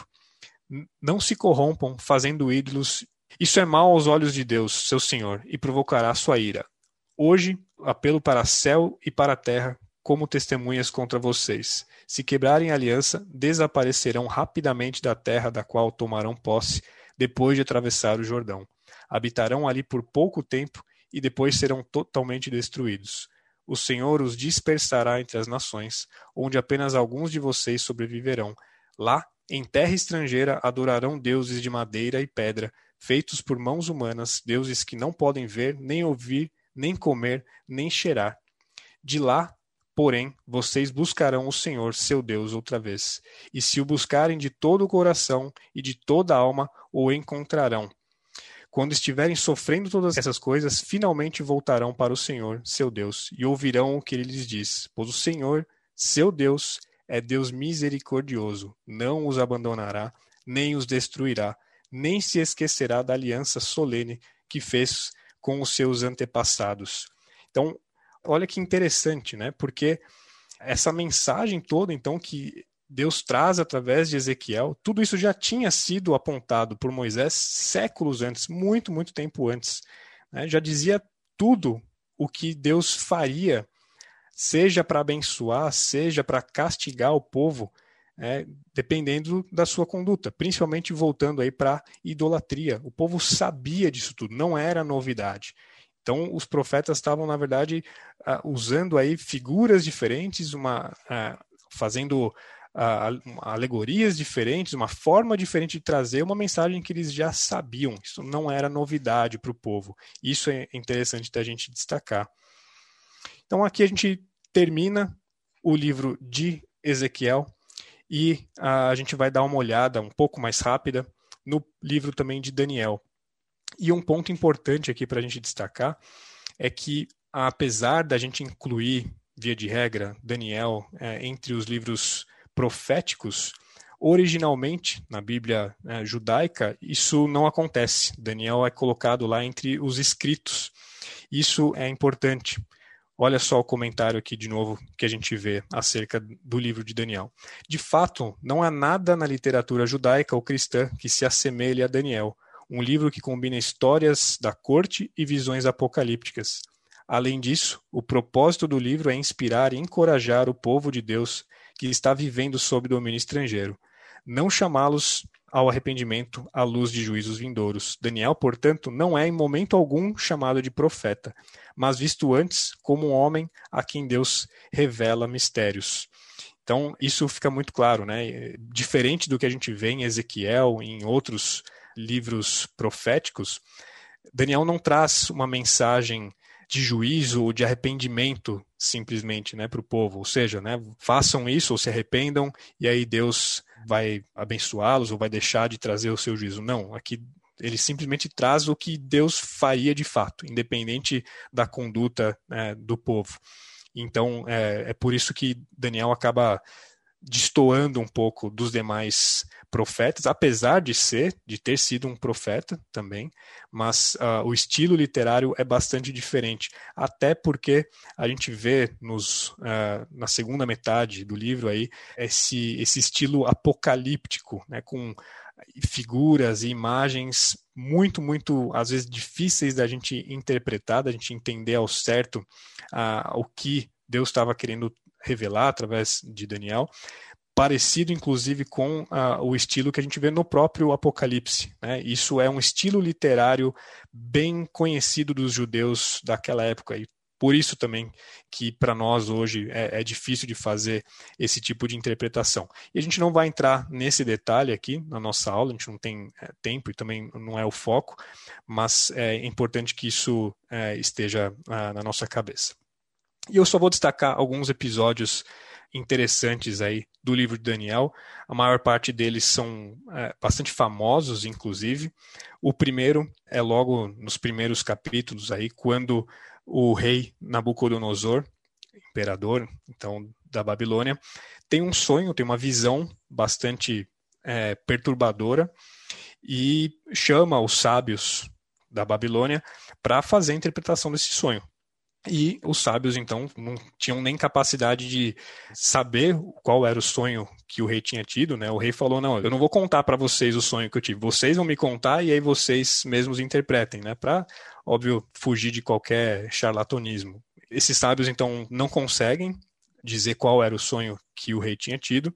[SPEAKER 2] não se corrompam fazendo ídolos. Isso é mal aos olhos de Deus, seu Senhor, e provocará sua ira. Hoje, apelo para céu e para a terra como testemunhas contra vocês. Se quebrarem a aliança, desaparecerão rapidamente da terra da qual tomarão posse depois de atravessar o Jordão. Habitarão ali por pouco tempo e depois serão totalmente destruídos. O Senhor os dispersará entre as nações, onde apenas alguns de vocês sobreviverão. Lá, em terra estrangeira, adorarão deuses de madeira e pedra, feitos por mãos humanas, deuses que não podem ver, nem ouvir, nem comer, nem cheirar. De lá, porém, vocês buscarão o Senhor, seu Deus, outra vez. E se o buscarem de todo o coração e de toda a alma, o encontrarão. Quando estiverem sofrendo todas essas coisas, finalmente voltarão para o Senhor, seu Deus, e ouvirão o que ele lhes diz. Pois o Senhor, seu Deus, é Deus misericordioso, não os abandonará, nem os destruirá, nem se esquecerá da aliança solene que fez com os seus antepassados. Então, olha que interessante, né? Porque essa mensagem toda, então, que Deus traz através de Ezequiel, tudo isso já tinha sido apontado por Moisés séculos antes, muito, muito tempo antes. Né? Já dizia tudo o que Deus faria, seja para abençoar, seja para castigar o povo, é, dependendo da sua conduta, principalmente voltando aí para a idolatria. O povo sabia disso tudo, não era novidade. Então, os profetas estavam, na verdade, uh, usando aí figuras diferentes, uma, uh, fazendo uh, alegorias diferentes, uma forma diferente de trazer uma mensagem que eles já sabiam. Isso não era novidade para o povo. Isso é interessante da gente destacar. Então, aqui a gente termina o livro de Ezequiel e uh, a gente vai dar uma olhada um pouco mais rápida no livro também de Daniel. E um ponto importante aqui para a gente destacar é que, apesar da gente incluir, via de regra, Daniel é, entre os livros proféticos, originalmente, na Bíblia é, judaica, isso não acontece. Daniel é colocado lá entre os escritos. Isso é importante. Olha só o comentário aqui de novo que a gente vê acerca do livro de Daniel. De fato, não há nada na literatura judaica ou cristã que se assemelhe a Daniel, um livro que combina histórias da corte e visões apocalípticas. Além disso, o propósito do livro é inspirar e encorajar o povo de Deus que está vivendo sob domínio estrangeiro, não chamá-los ao arrependimento à luz de juízos vindouros. Daniel, portanto, não é em momento algum chamado de profeta, mas visto antes como um homem a quem Deus revela mistérios. Então, isso fica muito claro, né? Diferente do que a gente vê em Ezequiel, em outros livros proféticos, Daniel não traz uma mensagem de juízo ou de arrependimento simplesmente, né, para o povo, ou seja, né, façam isso ou se arrependam e aí Deus vai abençoá-los ou vai deixar de trazer o seu juízo. Não, aqui ele simplesmente traz o que Deus faria de fato, independente da conduta, né, do povo. Então é, é por isso que Daniel acaba destoando um pouco dos demais profetas, apesar de ser, de ter sido um profeta também, mas uh, o estilo literário é bastante diferente, até porque a gente vê nos, uh, na segunda metade do livro aí esse, esse estilo apocalíptico, né, com figuras e imagens muito, muito, às vezes, difíceis da gente interpretar, da gente entender ao certo uh, o que Deus estava querendo revelar através de Daniel, parecido inclusive com uh, o estilo que a gente vê no próprio Apocalipse, né? Isso é um estilo literário bem conhecido dos judeus daquela época e por isso também que para nós hoje é, é difícil de fazer esse tipo de interpretação. E a gente não vai entrar nesse detalhe aqui na nossa aula, a gente não tem é, tempo e também não é o foco, mas é importante que isso é, esteja uh, na nossa cabeça. E eu só vou destacar alguns episódios interessantes aí do livro de Daniel. A maior parte deles são é, bastante famosos, inclusive. O primeiro é logo nos primeiros capítulos aí, quando o rei Nabucodonosor, imperador então da Babilônia, tem um sonho, tem uma visão bastante é, perturbadora e chama os sábios da Babilônia para fazer a interpretação desse sonho. E os sábios, então, não tinham nem capacidade de saber qual era o sonho que o rei tinha tido, né? O rei falou, não, eu não vou contar para vocês o sonho que eu tive, vocês vão me contar e aí vocês mesmos interpretem, né? Para, óbvio, fugir de qualquer charlatanismo. Esses sábios, então, não conseguem dizer qual era o sonho que o rei tinha tido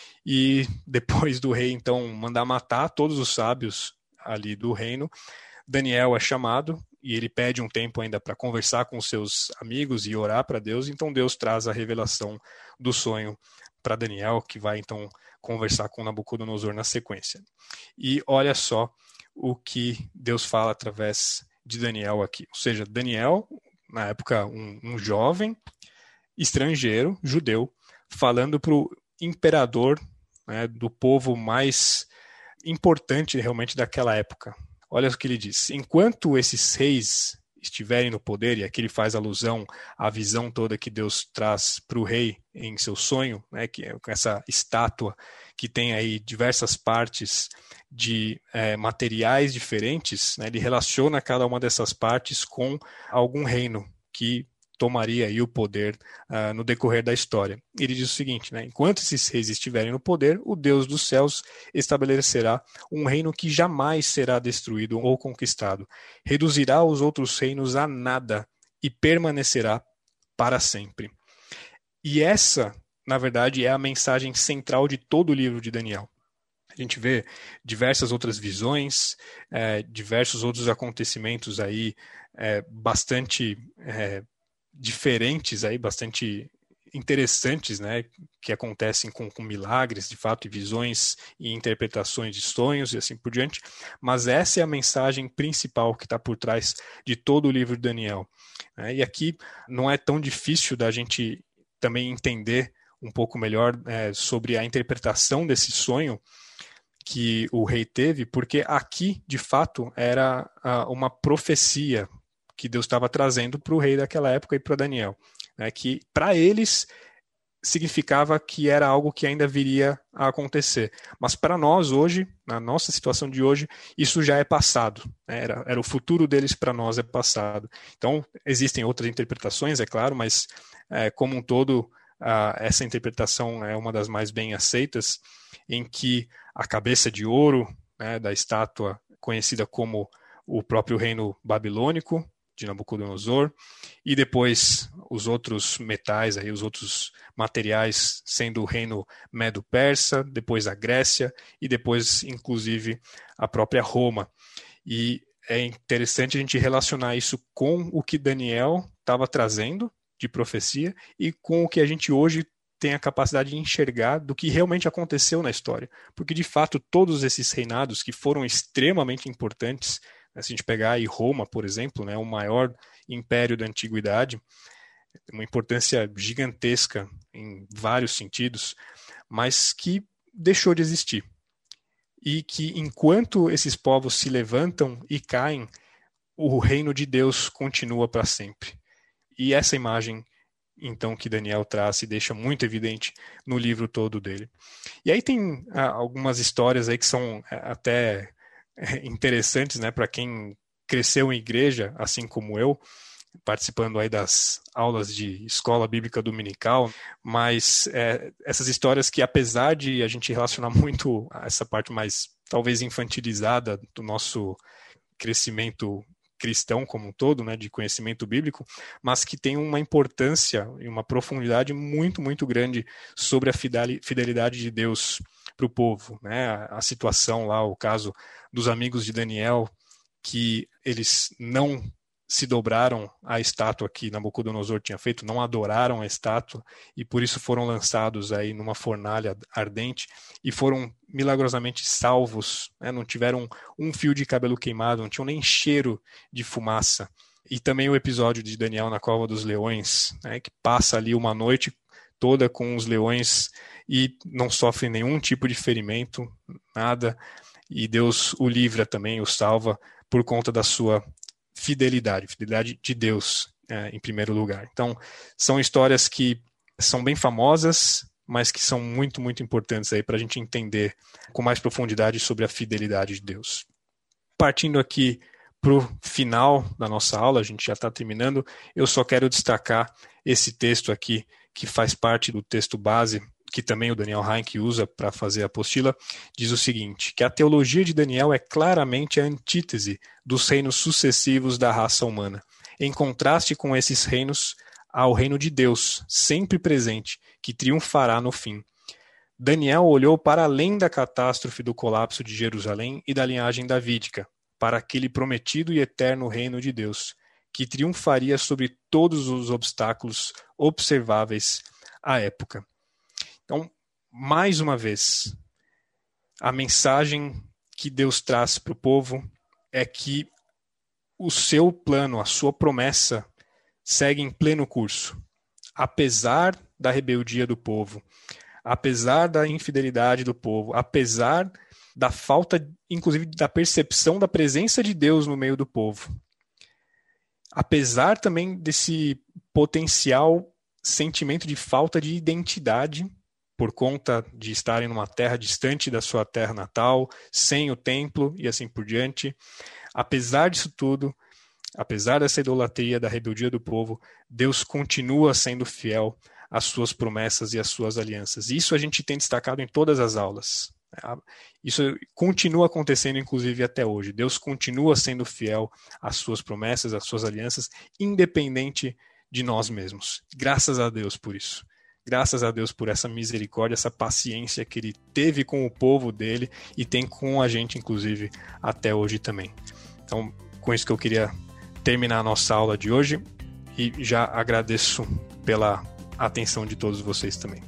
[SPEAKER 2] e depois do rei, então, mandar matar todos os sábios ali do reino, Daniel é chamado e ele pede um tempo ainda para conversar com os seus amigos e orar para Deus, então Deus traz a revelação do sonho para Daniel, que vai então conversar com Nabucodonosor na sequência. E olha só o que Deus fala através de Daniel aqui, ou seja, Daniel, na época um, um jovem estrangeiro, judeu, falando para o imperador, né, do povo mais importante realmente daquela época. Olha o que ele diz. Enquanto esses reis estiverem no poder, e aqui ele faz alusão à visão toda que Deus traz para o rei em seu sonho, né, que é com essa estátua que tem aí diversas partes de é, materiais diferentes, né, ele relaciona cada uma dessas partes com algum reino que tomaria aí o poder uh, no decorrer da história. Ele diz o seguinte, né, enquanto esses reis estiverem no poder, o Deus dos céus estabelecerá um reino que jamais será destruído ou conquistado, reduzirá os outros reinos a nada e permanecerá para sempre. E essa, na verdade, é a mensagem central de todo o livro de Daniel. A gente vê diversas outras visões, é, diversos outros acontecimentos aí é, bastante é, diferentes, aí, bastante interessantes, né, que acontecem com, com milagres, de fato, e visões e interpretações de sonhos e assim por diante, mas essa é a mensagem principal que está por trás de todo o livro de Daniel. Né? E aqui não é tão difícil da gente também entender um pouco melhor é, sobre a interpretação desse sonho que o rei teve, porque aqui, de fato, era a, uma profecia que Deus estava trazendo para o rei daquela época e para Daniel, né, que para eles significava que era algo que ainda viria a acontecer. Mas para nós hoje, na nossa situação de hoje, isso já é passado. Né, era, era o futuro deles, para nós é passado. Então, existem outras interpretações, é claro, mas é, como um todo, a, essa interpretação é uma das mais bem aceitas, em que a cabeça de ouro, né, da estátua conhecida como o próprio reino babilônico, de Nabucodonosor, e depois os outros metais, aí, os outros materiais, sendo o reino Medo-Persa, depois a Grécia e depois, inclusive, a própria Roma. E é interessante a gente relacionar isso com o que Daniel estava trazendo de profecia e com o que a gente hoje tem a capacidade de enxergar do que realmente aconteceu na história. Porque, de fato, todos esses reinados que foram extremamente importantes, Se a gente pegar aí Roma, por exemplo, né, o maior império da antiguidade, uma importância gigantesca em vários sentidos, mas que deixou de existir. E que enquanto esses povos se levantam e caem, o reino de Deus continua para sempre. E essa imagem, então, que Daniel traz e deixa muito evidente no livro todo dele. E aí tem ah, algumas histórias aí que são até interessantes, né, para quem cresceu em igreja, assim como eu, participando aí das aulas de escola bíblica dominical, mas é, essas histórias que, apesar de a gente relacionar muito a essa parte mais, talvez, infantilizada do nosso crescimento cristão como um todo, né, de conhecimento bíblico, mas que tem uma importância e uma profundidade muito, muito grande sobre a fidelidade de Deus para o povo, né, a, a situação lá, o caso dos amigos de Daniel, que eles não se dobraram à estátua que Nabucodonosor tinha feito, não adoraram a estátua e por isso foram lançados aí numa fornalha ardente e foram milagrosamente salvos, né? Não tiveram um fio de cabelo queimado, não tinham nem cheiro de fumaça. E também o episódio de Daniel na Cova dos Leões, né? Que passa ali uma noite toda com os leões e não sofre nenhum tipo de ferimento, nada, e Deus o livra também, o salva por conta da sua fidelidade, fidelidade de Deus, é, em primeiro lugar. Então, são histórias que são bem famosas, mas que são muito, muito importantes aí para a gente entender com mais profundidade sobre a fidelidade de Deus. Partindo aqui para o final da nossa aula, a gente já está terminando, eu só quero destacar esse texto aqui, que faz parte do texto base, que também o Daniel Heinck usa para fazer a apostila, diz o seguinte, que a teologia de Daniel é claramente a antítese dos reinos sucessivos da raça humana. Em contraste com esses reinos, há o reino de Deus, sempre presente, que triunfará no fim. Daniel olhou para além da catástrofe do colapso de Jerusalém e da linhagem davídica, para aquele prometido e eterno reino de Deus, que triunfaria sobre todos os obstáculos observáveis à época. Então, mais uma vez, a mensagem que Deus traz para o povo é que o seu plano, a sua promessa, segue em pleno curso. Apesar da rebeldia do povo, apesar da infidelidade do povo, apesar da falta, inclusive, da percepção da presença de Deus no meio do povo, apesar também desse potencial sentimento de falta de identidade, por conta de estarem numa terra distante da sua terra natal, sem o templo e assim por diante. Apesar disso tudo, apesar dessa idolatria, da rebeldia do povo, Deus continua sendo fiel às suas promessas e às suas alianças. Isso a gente tem destacado em todas as aulas. Isso continua acontecendo, inclusive, até hoje. Deus continua sendo fiel às suas promessas, às suas alianças, independente de nós mesmos. Graças a Deus por isso. Graças a Deus por essa misericórdia, essa paciência que Ele teve com o povo dele e tem com a gente, inclusive, até hoje também. Então, com isso que eu queria terminar a nossa aula de hoje e já agradeço pela atenção de todos vocês também.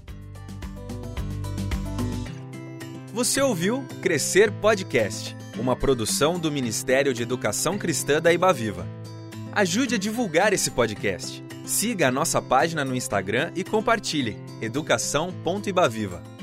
[SPEAKER 1] Você ouviu Crescer Podcast, uma produção do Ministério de Educação Cristã da Ibaviva. Ajude a divulgar esse podcast. Siga a nossa página no Instagram e compartilhe educação ponto ibaviva.